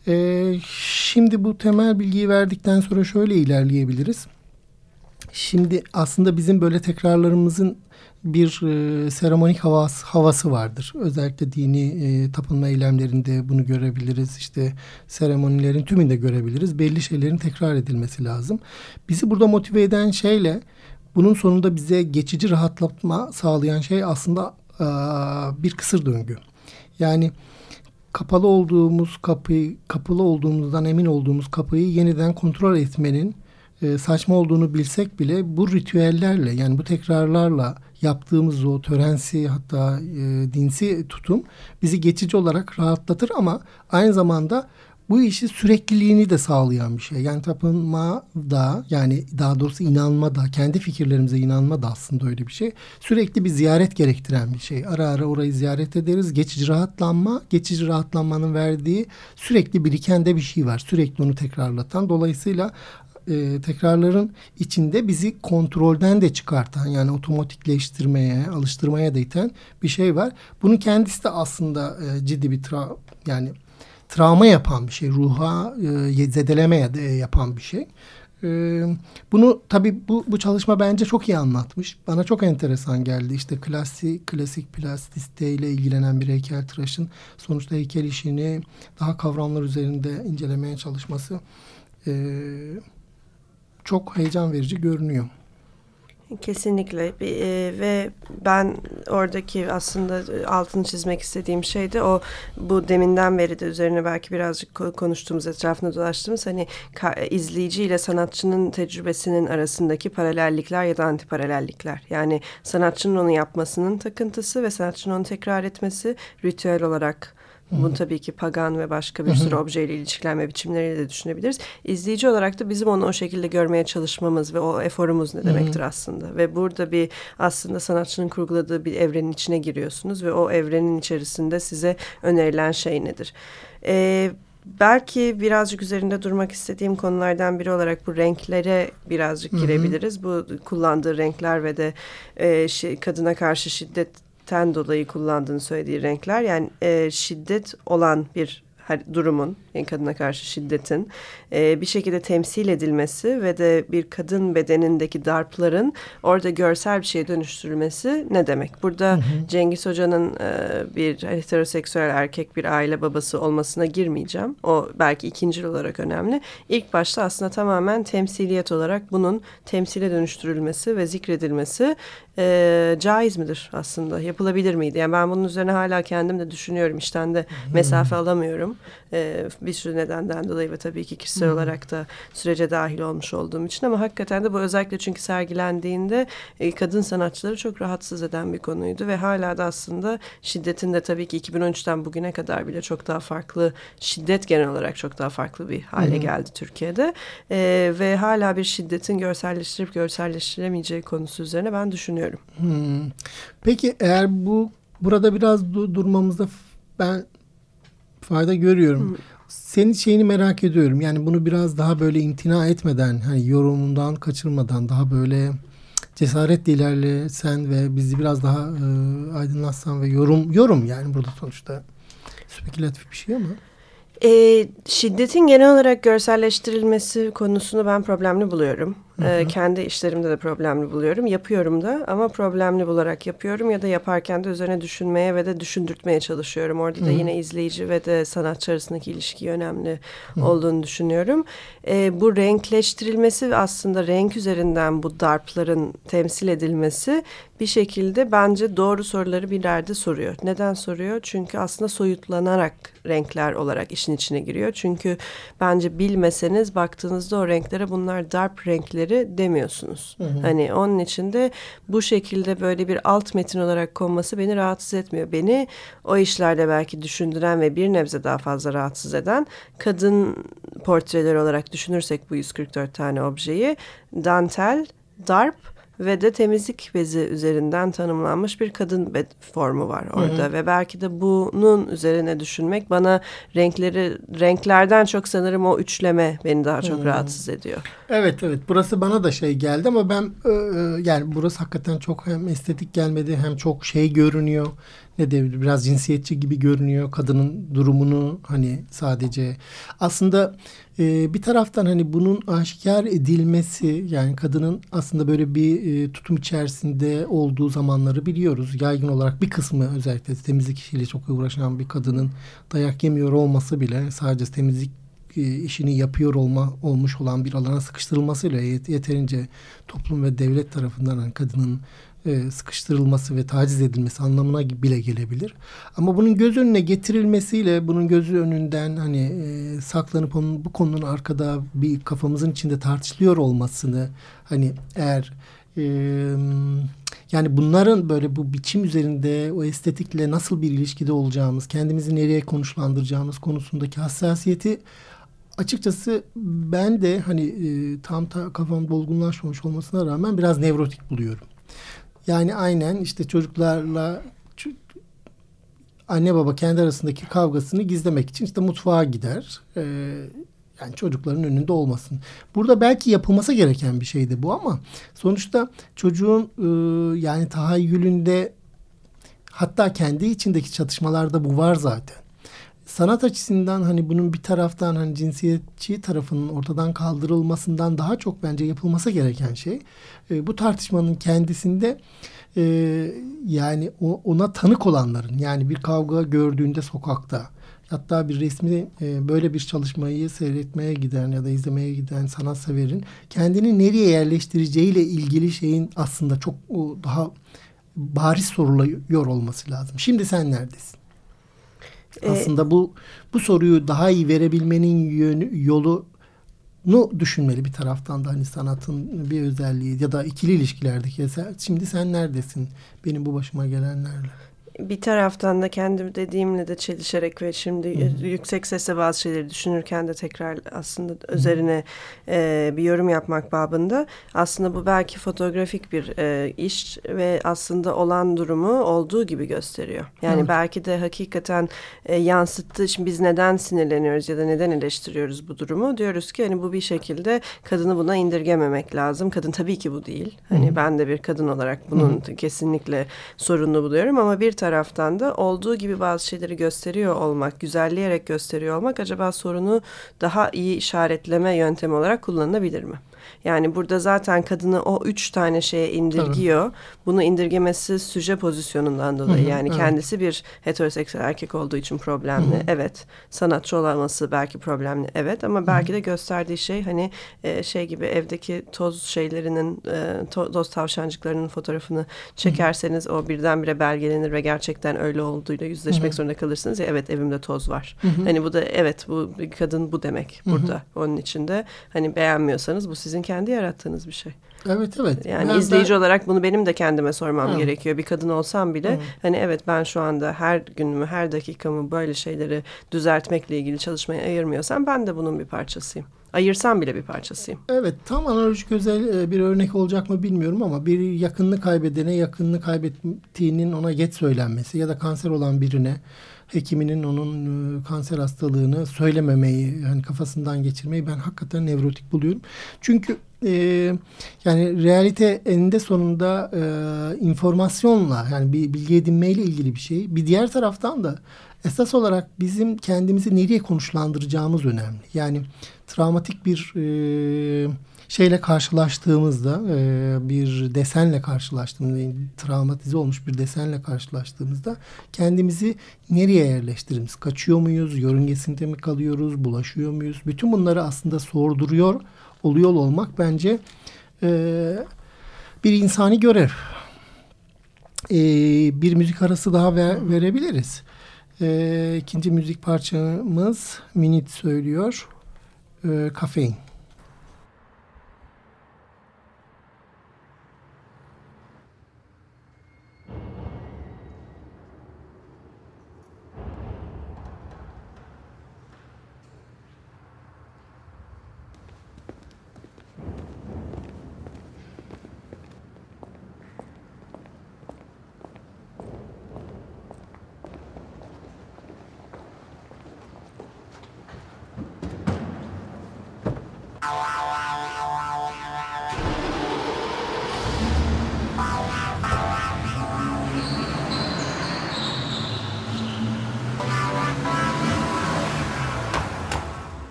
Şimdi bu temel bilgiyi verdikten sonra şöyle ilerleyebiliriz. Şimdi aslında bizim böyle tekrarlarımızın bir seremonik havası vardır. Özellikle dini tapınma eylemlerinde bunu görebiliriz. İşte seremonilerin tümünde görebiliriz. Belli şeylerin tekrar edilmesi lazım. Bizi burada motive eden şeyle bunun sonunda bize geçici rahatlatma sağlayan şey aslında bir kısır döngü. Yani kapalı olduğumuzdan emin olduğumuz kapıyı yeniden kontrol etmenin saçma olduğunu bilsek bile bu ritüellerle yani bu tekrarlarla yaptığımız o törensi hatta dinsi tutum bizi geçici olarak rahatlatır ama aynı zamanda bu işi sürekliliğini de sağlayan bir şey. Yani tapınma da yani daha doğrusu inanma da kendi fikirlerimize inanma da aslında öyle bir şey. Sürekli bir ziyaret gerektiren bir şey. Ara ara orayı ziyaret ederiz. Geçici rahatlanmanın verdiği sürekli biriken de bir şey var. Sürekli onu tekrarlatan. Dolayısıyla tekrarların içinde bizi kontrolden de çıkartan yani otomatikleştirmeye, alıştırmaya da iten bir şey var. Bunun kendisi de aslında ciddi bir travma yapan bir şey. Ruha zedelemeye de yapan bir şey. Bunu tabii bu çalışma bence çok iyi anlatmış. Bana çok enteresan geldi. İşte klasik plastisteyle ilgilenen bir heykeltıraşın sonuçta heykel işini daha kavramlar üzerinde incelemeye çalışması çok heyecan verici görünüyor. Kesinlikle ve ben oradaki aslında altını çizmek istediğim şey de bu deminden beri de üzerine belki birazcık konuştuğumuz etrafında dolaştığımız hani izleyici ile sanatçının tecrübesinin arasındaki paralellikler ya da antiparalellikler. Yani sanatçının onu yapmasının takıntısı ve sanatçının onu tekrar etmesi ritüel olarak. Bunu tabii ki pagan ve başka bir sürü objeyle ilişkilenme biçimleriyle de düşünebiliriz. İzleyici olarak da bizim onu o şekilde görmeye çalışmamız ve o eforumuz ne demektir aslında. Ve burada bir aslında sanatçının kurguladığı bir evrenin içine giriyorsunuz ve o evrenin içerisinde size önerilen şey nedir? Belki birazcık üzerinde durmak istediğim konulardan biri olarak bu renklere birazcık girebiliriz. Bu kullandığı renkler ve de kadına karşı şiddetten dolayı kullandığını söylediği renkler. Yani şiddet olan bir durumun, yani kadına karşı şiddetin bir şekilde temsil edilmesi ve de bir kadın bedenindeki darpların orada görsel bir şeye dönüştürülmesi ne demek? Burada Cengiz Hoca'nın bir heteroseksüel erkek bir aile babası olmasına girmeyeceğim. O belki ikincil olarak önemli. İlk başta aslında tamamen temsiliyet olarak bunun temsile dönüştürülmesi ve zikredilmesi caiz midir aslında? Yapılabilir miydi? Yani ben bunun üzerine hala kendim de düşünüyorum. İşten de mesafe alamıyorum. Bir sürü nedenden dolayı ve tabii ki kişisel olarak da sürece dahil olmuş olduğum için, ama hakikaten de bu özellikle çünkü sergilendiğinde kadın sanatçıları çok rahatsız eden bir konuydu ve hala da aslında şiddetin de tabii ki 2013'ten bugüne kadar bile çok daha farklı, şiddet genel olarak çok daha farklı bir hale geldi Türkiye'de ve hala bir şiddetin görselleştirip görselleştiremeyeceği konusu üzerine ben düşünüyorum. Peki eğer burada biraz durmamızda ben fayda görüyorum. Senin şeyini merak ediyorum. Yani bunu biraz daha böyle imtina etmeden, hani yorumundan kaçırmadan daha böyle cesaretle ilerlesen ve bizi biraz daha aydınlatsan ve yorum yani burada sonuçta spekülatif bir şey ama. Şiddetin genel olarak görselleştirilmesi konusunu ben problemli buluyorum. Kendi işlerimde de problemli buluyorum. Yapıyorum da ama problemli bularak yapıyorum ya da yaparken de üzerine düşünmeye ve de düşündürtmeye çalışıyorum. Orada da yine izleyici ve de sanatçı arasındaki ilişki önemli olduğunu düşünüyorum. Bu renkleştirilmesi ve aslında renk üzerinden bu darpların temsil edilmesi bir şekilde bence doğru soruları bir yerde soruyor. Neden soruyor? Çünkü aslında soyutlanarak renkler olarak işin içine giriyor. Çünkü bence bilmeseniz baktığınızda o renklere bunlar darp renkleri demiyorsunuz. Hani onun için de bu şekilde böyle bir alt metin olarak konması beni rahatsız etmiyor. Beni o işlerde belki düşündüren ve bir nebze daha fazla rahatsız eden kadın portreleri olarak düşünürsek bu 144 tane objeyi dantel, darp ve de temizlik bezi üzerinden tanımlanmış bir kadın formu var orada. Ve belki de bunun üzerine düşünmek bana renklerden çok sanırım o üçleme beni daha çok rahatsız ediyor. Evet burası bana da şey geldi ama ben yani burası hakikaten çok hem estetik gelmedi hem çok şey görünüyor. Ne de biraz cinsiyetçi gibi görünüyor kadının durumunu, hani sadece aslında bir taraftan hani bunun aşikar edilmesi, yani kadının aslında böyle bir tutum içerisinde olduğu zamanları biliyoruz. Yaygın olarak bir kısmı, özellikle temizlik işiyle çok uğraşan bir kadının dayak yemiyor olması bile sadece temizlik işini yapıyor olmuş olan bir alana sıkıştırılmasıyla yeterince toplum ve devlet tarafından hani kadının sıkıştırılması ve taciz edilmesi anlamına bile gelebilir. Ama bunun göz önüne getirilmesiyle, bunun gözü önünden hani saklanıp bu konunun arkada bir kafamızın içinde tartışılıyor olmasını, hani eğer yani bunların böyle bu biçim üzerinde o estetikle nasıl bir ilişkide olacağımız, kendimizi nereye konuşlandıracağımız konusundaki hassasiyeti açıkçası ben de hani tam kafamda olgunlaşmamış olmasına rağmen biraz nevrotik buluyorum. Yani aynen işte çocuklarla anne baba kendi arasındaki kavgasını gizlemek için işte mutfağa gider. Yani çocukların önünde olmasın. Burada belki yapılması gereken bir şeydi bu ama sonuçta çocuğun yani tahayyülünde, hatta kendi içindeki çatışmalarda bu var zaten. Sanat açısından hani bunun bir taraftan hani cinsiyetçi tarafının ortadan kaldırılmasından daha çok bence yapılması gereken şey bu tartışmanın kendisinde yani ona tanık olanların, yani bir kavga gördüğünde sokakta, hatta bir resmi böyle bir çalışmayı seyretmeye giden ya da izlemeye giden sanatseverin kendini nereye yerleştireceğiyle ilgili şeyin aslında çok daha bariz soruluyor olması lazım. Şimdi sen neredesin? Aslında bu soruyu daha iyi verebilmenin yolunu düşünmeli bir taraftan da, hani sanatın bir özelliği ya da ikili ilişkilerdeki. Şimdi sen neredesin benim bu başıma gelenlerle? bir taraftan da kendi dediğimle de çelişerek ve şimdi yüksek sesle bazı şeyleri düşünürken de tekrar aslında üzerine bir yorum yapmak babında, aslında bu belki fotoğrafik bir iş ve aslında olan durumu olduğu gibi gösteriyor. Yani belki de hakikaten yansıttığı, şimdi biz neden sinirleniyoruz ya da neden eleştiriyoruz bu durumu? Diyoruz ki hani bu bir şekilde kadını buna indirgememek lazım. Kadın tabii ki bu değil. Hani ben de bir kadın olarak bunun kesinlikle sorunlu buluyorum ama bir taraftan da olduğu gibi bazı şeyleri gösteriyor olmak, güzelleyerek gösteriyor olmak acaba sorunu daha iyi işaretleme yöntemi olarak kullanılabilir mi? Yani burada zaten kadını o 3 tane şeye indirgiyor. Tabii. Bunu indirgemesi süje pozisyonundan dolayı. Yani kendisi bir heteroseksüel erkek olduğu için problemli. Evet. Sanatçı olması belki problemli. Evet. Ama belki de gösterdiği şey hani şey gibi evdeki toz şeylerinin, toz tavşancıklarının fotoğrafını çekerseniz o birdenbire belgelenir ve gerçekten öyle olduğuyla yüzleşmek zorunda kalırsınız. Ya evet, evimde toz var. Hani bu da evet, bu bir kadın bu demek burada. Onun içinde hani beğenmiyorsanız bu sizin kendi yarattığınız bir şey. Evet. Yani izleyici olarak bunu benim de kendime sormam gerekiyor. Bir kadın olsam bile hani evet, ben şu anda her günümü, her dakikamı böyle şeyleri düzeltmekle ilgili çalışmaya ayırmıyorsam ben de bunun bir parçasıyım. Ayırsam bile bir parçasıyım. Evet, tam analojik özel bir örnek olacak mı bilmiyorum ama bir yakınını kaybedene yakınını kaybettiğinin ona geç söylenmesi ya da kanser olan birine hekiminin onun kanser hastalığını söylememeyi, yani kafasından geçirmeyi ben hakikaten nevrotik buluyorum. Çünkü yani realite eninde sonunda informasyonla, yani bir bilgi edinmeyle ilgili bir şey. Bir diğer taraftan da esas olarak bizim kendimizi nereye konuşlandıracağımız önemli. Yani travmatik bir şeyle karşılaştığımızda, bir desenle karşılaştığımızda, travmatize olmuş bir desenle karşılaştığımızda kendimizi nereye yerleştiririz? Kaçıyor muyuz? Yörüngesinde mi kalıyoruz? Bulaşıyor muyuz? Bütün bunları aslında sorduruyor oluyor olmak bence bir insani görev. Bir müzik arası daha verebiliriz. İkinci müzik parçamız Minit söylüyor. Kafein.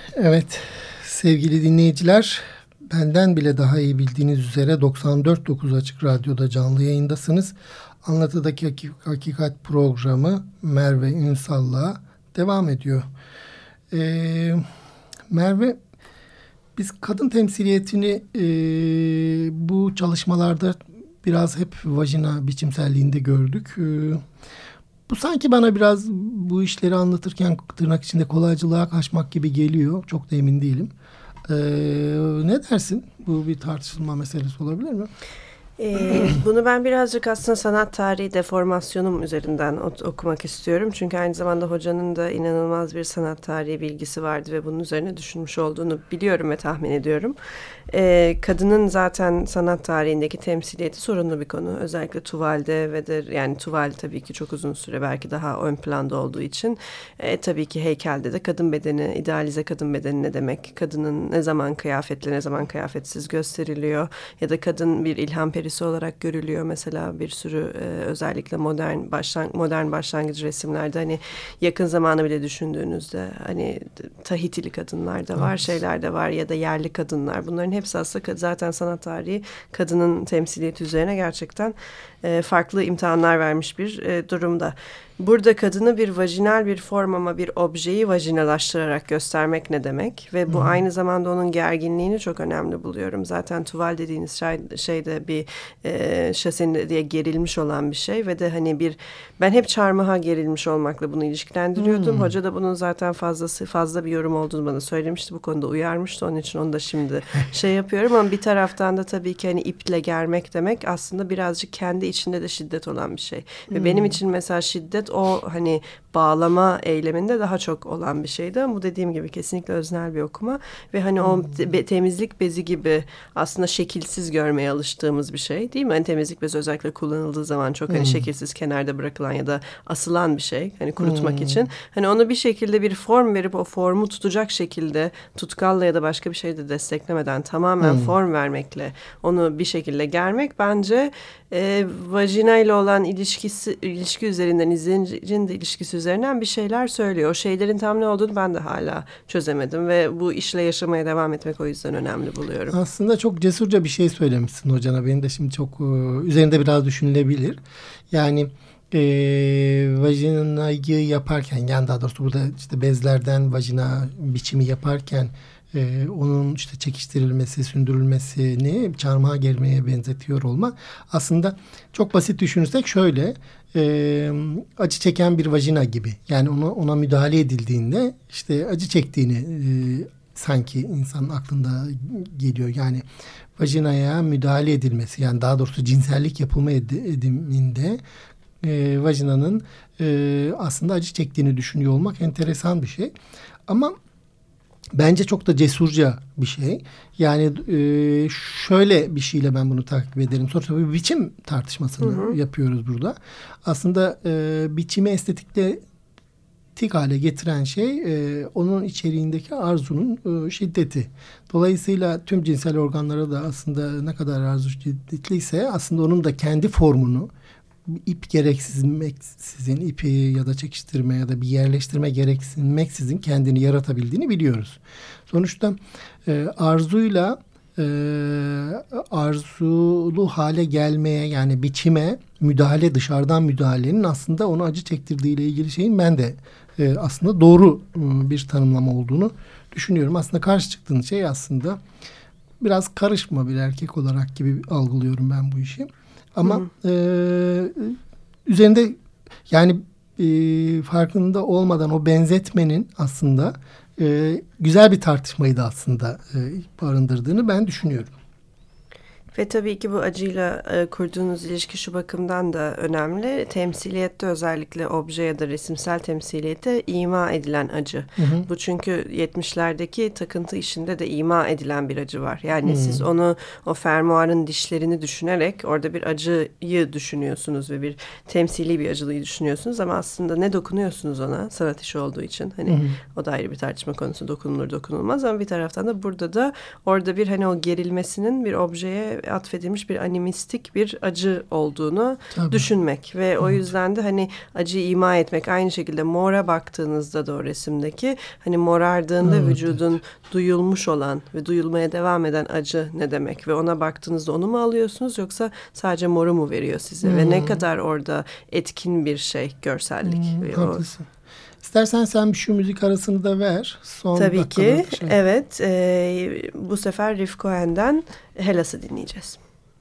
Evet sevgili dinleyiciler, benden bile daha iyi bildiğiniz üzere 94.9 Açık Radyo'da canlı yayındasınız. Anlatıdaki Hakikat programı Merve Ünsal'la devam ediyor. Merve, biz kadın temsiliyetini bu çalışmalarda biraz hep vajina biçimselliğinde gördük. Bu sanki bana biraz bu işleri anlatırken tırnak içinde kolaycılığa kaçmak gibi geliyor. Çok da emin değilim. Ne dersin? Bu bir tartışılma meselesi olabilir mi? Bunu ben birazcık aslında sanat tarihi deformasyonum üzerinden okumak istiyorum. Çünkü aynı zamanda hocanın da inanılmaz bir sanat tarihi bilgisi vardı ve bunun üzerine düşünmüş olduğunu biliyorum ve tahmin ediyorum. Kadının zaten sanat tarihindeki temsiliyeti sorunlu bir konu. Özellikle tuvalde ve de yani tuval tabii ki çok uzun süre belki daha ön planda olduğu için tabii ki heykelde de kadın bedeni, idealize kadın bedeni ne demek? Kadının ne zaman kıyafetli ne zaman kıyafetsiz gösteriliyor ya da kadın bir ilham perisi olarak görülüyor. Mesela bir sürü özellikle modern başlangıç resimlerde hani yakın zamanı bile düşündüğünüzde hani Tahitili kadınlar da var, şeyler de var ya da yerli kadınlar. Bunların hepsi aslında zaten sanat tarihi kadının temsiliyeti üzerine gerçekten farklı imtihanlar vermiş bir durumda. Burada kadını bir vajinal bir form ama bir objeyi vajinalaştırarak göstermek ne demek? Ve bu aynı zamanda onun gerginliğini çok önemli buluyorum. Zaten tuval dediğiniz şey de bir şasenin diye gerilmiş olan bir şey. Ve de hani ben hep çarmıha gerilmiş olmakla bunu ilişkilendiriyordum. Hoca da bunun zaten fazla bir yorum olduğunu bana söylemişti. Bu konuda uyarmıştı. Onun için onu da şimdi yapıyorum. Ama bir taraftan da tabii ki hani iple germek demek aslında birazcık kendi içinde de şiddet olan bir şey. Ve benim için mesela şiddet o hani bağlama eyleminde daha çok olan bir şeydi. Ama bu dediğim gibi kesinlikle öznel bir okuma. Ve hani o temizlik bezi gibi aslında şekilsiz görmeye alıştığımız bir şey değil mi? Hani temizlik bezi özellikle kullanıldığı zaman çok hani şekilsiz kenarda bırakılan ya da asılan bir şey. Hani kurutmak için. Hani onu bir şekilde bir form verip o formu tutacak şekilde tutkalla ya da başka bir şeyde desteklemeden tamamen form vermekle onu bir şekilde germek bence vajina ile olan ilişki üzerinden izleyicinin de ilişkisi üzerinden bir şeyler söylüyor. O şeylerin tam ne olduğunu ben de hala çözemedim ve bu işle yaşamaya devam etmek o yüzden önemli buluyorum. Aslında çok cesurca bir şey söylemişsin hocana. Benim de şimdi çok üzerinde biraz düşünülebilir. Yani vajinayı yaparken yani daha doğrusu burada işte bezlerden vajina biçimi yaparken onun işte çekiştirilmesi, sündürülmesini çarmıha germeye benzetiyor olma. Aslında çok basit düşünürsek şöyle acı çeken bir vajina gibi. Yani ona müdahale edildiğinde işte acı çektiğini sanki insanın aklında geliyor. Yani vajinaya müdahale edilmesi yani daha doğrusu cinsellik yapılma ediminde vajinanın aslında acı çektiğini düşünüyor olmak enteresan bir şey. Ama bence çok da cesurca bir şey. Yani şöyle bir şeyle ben bunu takip ederim. Sonuçta bir biçim tartışmasını yapıyoruz burada. Aslında biçimi estetik hale getiren şey onun içeriğindeki arzunun şiddeti. Dolayısıyla tüm cinsel organlara da aslında ne kadar arzu şiddetliyse aslında onun da kendi formunu ip gereksizmeksizin ipi ya da çekiştirme ya da bir yerleştirme gereksinmeksizin kendini yaratabildiğini biliyoruz. Sonuçta arzuyla arzulu hale gelmeye yani biçime müdahale dışarıdan müdahalenin aslında onu acı çektirdiğiyle ilgili şeyin ben de aslında doğru bir tanımlama olduğunu düşünüyorum. Aslında karşı çıktığın şey aslında biraz karışma bir erkek olarak gibi algılıyorum ben bu işi. Ama üzerinde yani farkında olmadan o benzetmenin aslında güzel bir tartışmayı da aslında barındırdığını ben düşünüyorum. Ve tabii ki bu acıyla kurduğunuz ilişki şu bakımdan da önemli. Temsiliyette özellikle obje ya da resimsel temsiliyete ima edilen acı. Bu çünkü 70'lerdeki takıntı işinde de ima edilen bir acı var. Yani siz onu o fermuarın dişlerini düşünerek orada bir acıyı düşünüyorsunuz ve bir temsili bir acılıyı düşünüyorsunuz ama aslında ne dokunuyorsunuz ona sanat işi olduğu için. Hani o da ayrı bir tartışma konusu, dokunulur dokunulmaz ama bir taraftan da burada da orada bir hani o gerilmesinin bir objeye atfedilmiş bir animistik bir acı olduğunu Tabii. düşünmek ve o yüzden de hani acıyı ima etmek. Aynı şekilde mora baktığınızda da o resimdeki hani morardığında vücudun duyulmuş olan ve duyulmaya devam eden acı ne demek ve ona baktığınızda onu mu alıyorsunuz yoksa sadece moru mu veriyor size ve ne kadar orada etkin bir şey görsellik. Haklısın. İstersen sen şu müzik arasını da ver. Son tabii ki. Şey. Evet. Bu sefer Riff Cohen'den Hellas'ı dinleyeceğiz.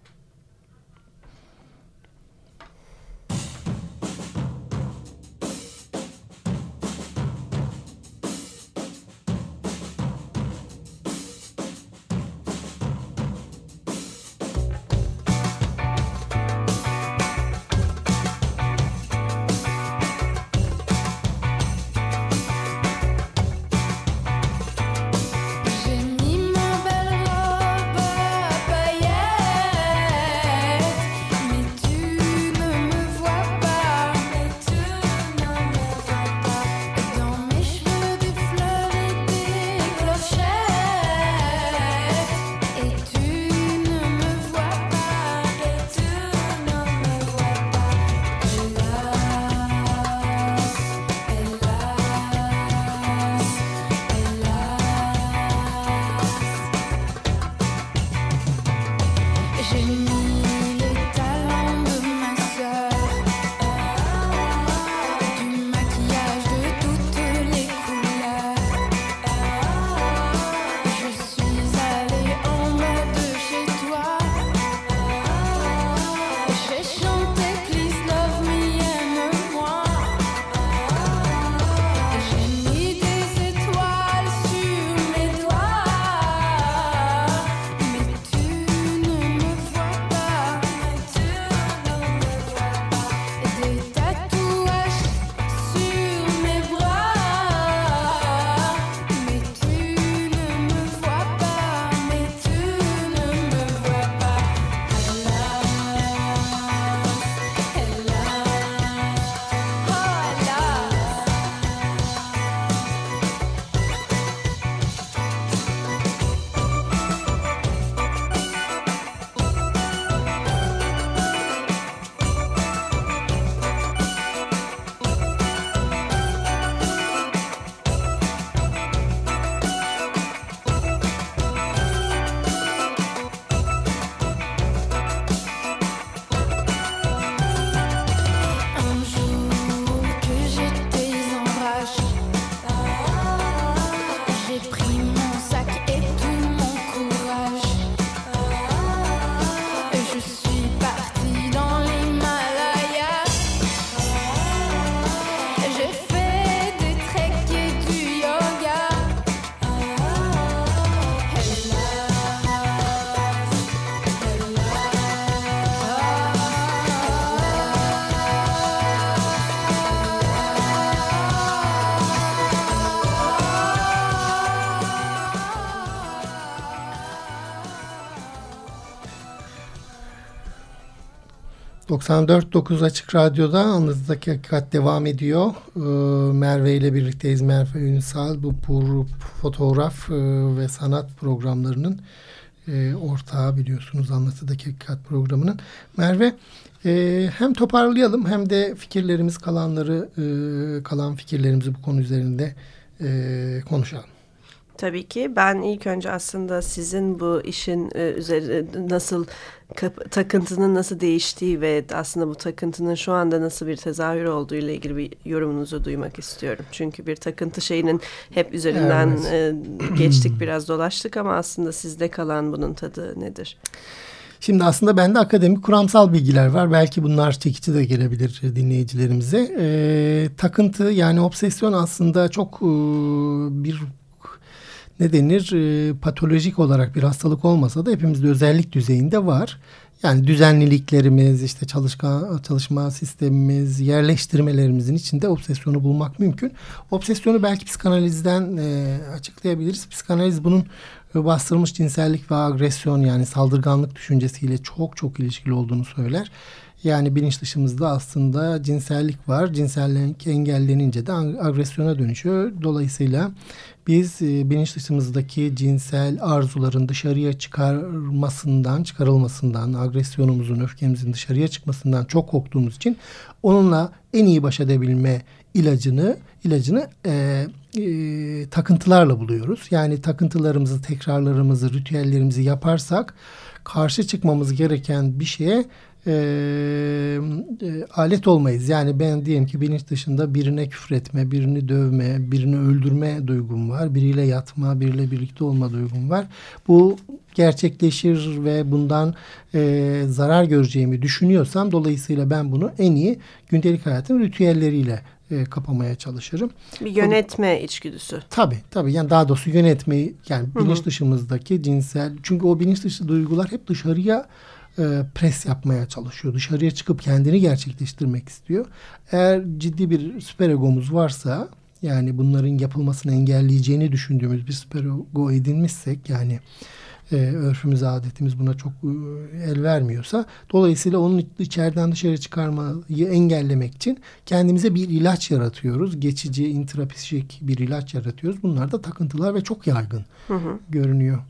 ...94.9 Açık Radyo'da Anlatıdaki Hakikat devam ediyor. Merve ile birlikteyiz. Merve Ünsal bu fotoğraf ve sanat programlarının ortağı biliyorsunuz Anlatıdaki Hakikat programının. Merve hem toparlayalım hem de kalan fikirlerimizi bu konu üzerinde konuşalım. Tabii ki. Ben ilk önce aslında sizin bu işin üzerine nasıl takıntının nasıl değiştiği ve aslında bu takıntının şu anda nasıl bir tezahür olduğu ile ilgili bir yorumunuzu duymak istiyorum. Çünkü bir takıntı şeyinin hep üzerinden geçtik, biraz dolaştık ama aslında sizde kalan bunun tadı nedir? Şimdi aslında bende akademik kuramsal bilgiler var. Belki bunlar çekici de gelebilir dinleyicilerimize. Takıntı yani obsesyon aslında çok bir patolojik olarak bir hastalık olmasa da hepimizde özellik düzeyinde var. Yani düzenliliklerimiz, işte çalışma sistemimiz, yerleştirmelerimizin içinde obsesyonu bulmak mümkün. Obsesyonu belki psikanalizden açıklayabiliriz. Psikanaliz bunun bastırılmış cinsellik ve agresyon yani saldırganlık düşüncesiyle çok çok ilişkili olduğunu söyler. Yani bilinç dışımızda aslında cinsellik var. Cinsellik engellenince de agresyona dönüşüyor. Dolayısıyla Biz bilinç dışımızdaki cinsel arzuların dışarıya çıkarılmasından, agresyonumuzun, öfkemizin dışarıya çıkmasından çok korktuğumuz için onunla en iyi baş edebilme ilacını takıntılarla buluyoruz. Yani takıntılarımızı, tekrarlarımızı, ritüellerimizi yaparsak karşı çıkmamız gereken bir şeye alet olmayız. Yani ben diyelim ki bilinç dışında birine küfretme, birini dövme, birini öldürme duygum var. Biriyle yatma, biriyle birlikte olma duygum var. Bu gerçekleşir ve bundan zarar göreceğimi düşünüyorsam dolayısıyla ben bunu en iyi gündelik hayatın ritüelleriyle kapamaya çalışırım. Bir yönetme içgüdüsü. Tabii. Yani daha doğrusu yönetmeyi, yani bilinç dışımızdaki cinsel, çünkü o bilinç dışı duygular hep dışarıya pres yapmaya çalışıyor. Dışarıya çıkıp kendini gerçekleştirmek istiyor. Eğer ciddi bir süper egomuz varsa, yani bunların yapılmasını engelleyeceğini düşündüğümüz bir süper ego edinmişsek, yani örfümüz, adetimiz buna çok el vermiyorsa, dolayısıyla onun içeriden dışarı çıkarmayı engellemek için kendimize bir ilaç yaratıyoruz. Geçici, intrapsişik bir ilaç yaratıyoruz. Bunlar da takıntılar ve çok yaygın görünüyor.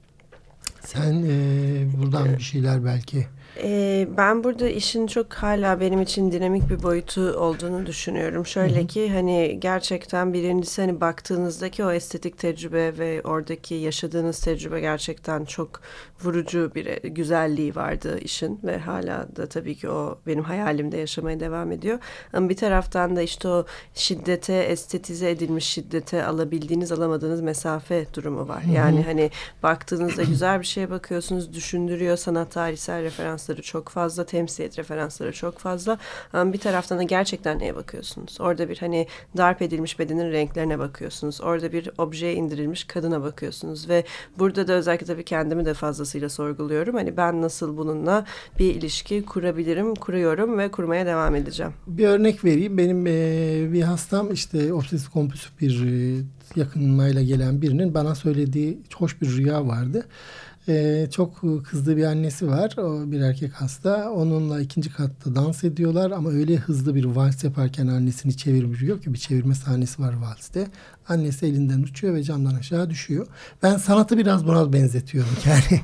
Sen buradan bir şeyler belki... Ben burada işin çok hala benim için dinamik bir boyutu olduğunu düşünüyorum. Şöyle ki hani gerçekten birincisi hani baktığınızdaki o estetik tecrübe ve oradaki yaşadığınız tecrübe gerçekten çok vurucu bir güzelliği vardı işin ve hala da tabii ki o benim hayalimde yaşamaya devam ediyor. Ama bir taraftan da işte o şiddete, estetize edilmiş şiddete alabildiğiniz, alamadığınız mesafe durumu var. Yani hani baktığınızda güzel bir şeye bakıyorsunuz, düşündürüyor, sanat tarihsel referansları çok fazla, temsiliyet referansları çok fazla. Ama bir taraftan da gerçekten neye bakıyorsunuz? Orada bir hani darp edilmiş bedenin renklerine bakıyorsunuz. Orada bir objeye indirilmiş kadına bakıyorsunuz ve burada da özellikle tabii kendimi de fazlasıyla sorguluyorum. Hani ben nasıl bununla bir ilişki kurabilirim, kuruyorum ve kurmaya devam edeceğim. Bir örnek vereyim. Benim bir hastam, işte obsesif kompulsif bir yakınmayla gelen birinin bana söylediği hoş bir rüya vardı. Çok kızdığı bir annesi var. O bir erkek hasta. Onunla ikinci katta dans ediyorlar ama öyle hızlı bir vals yaparken annesini çevirmiyor ki, bir çevirme sahnesi var valste. Annesi elinden uçuyor ve camdan aşağı düşüyor. Ben sanatı biraz buna benzetiyorum. Yani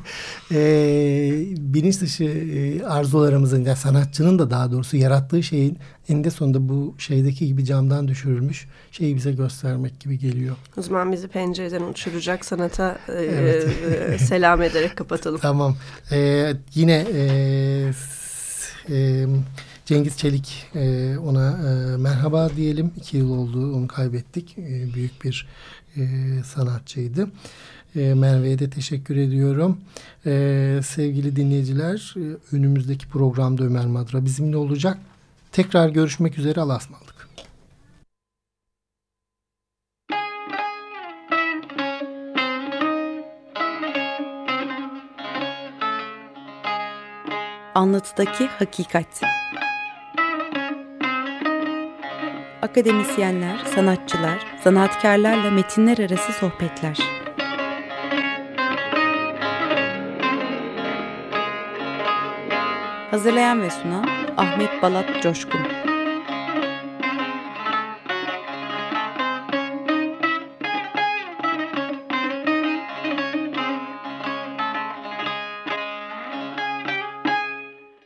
bilinç dışı arzularımızın, yani sanatçının da daha doğrusu yarattığı şeyin eninde sonunda bu şeydeki gibi camdan düşürülmüş şeyi bize göstermek gibi geliyor. O zaman bizi pencereden uçuracak sanata selam ederek kapatalım. Tamam. Yine Cengiz Çelik, ona merhaba diyelim. 2 yıl oldu, onu kaybettik. Büyük bir sanatçıydı. Merve'ye de teşekkür ediyorum. Sevgili dinleyiciler, önümüzdeki programda Ömer Madra bizimle olacak. Tekrar görüşmek üzere. Allah'a ısmarladık. Anlatıdaki hakikat. Akademisyenler, sanatçılar, sanatkarlarla metinler arası sohbetler. Hazırlayan ve sunan Ahmet Balat Coşkun.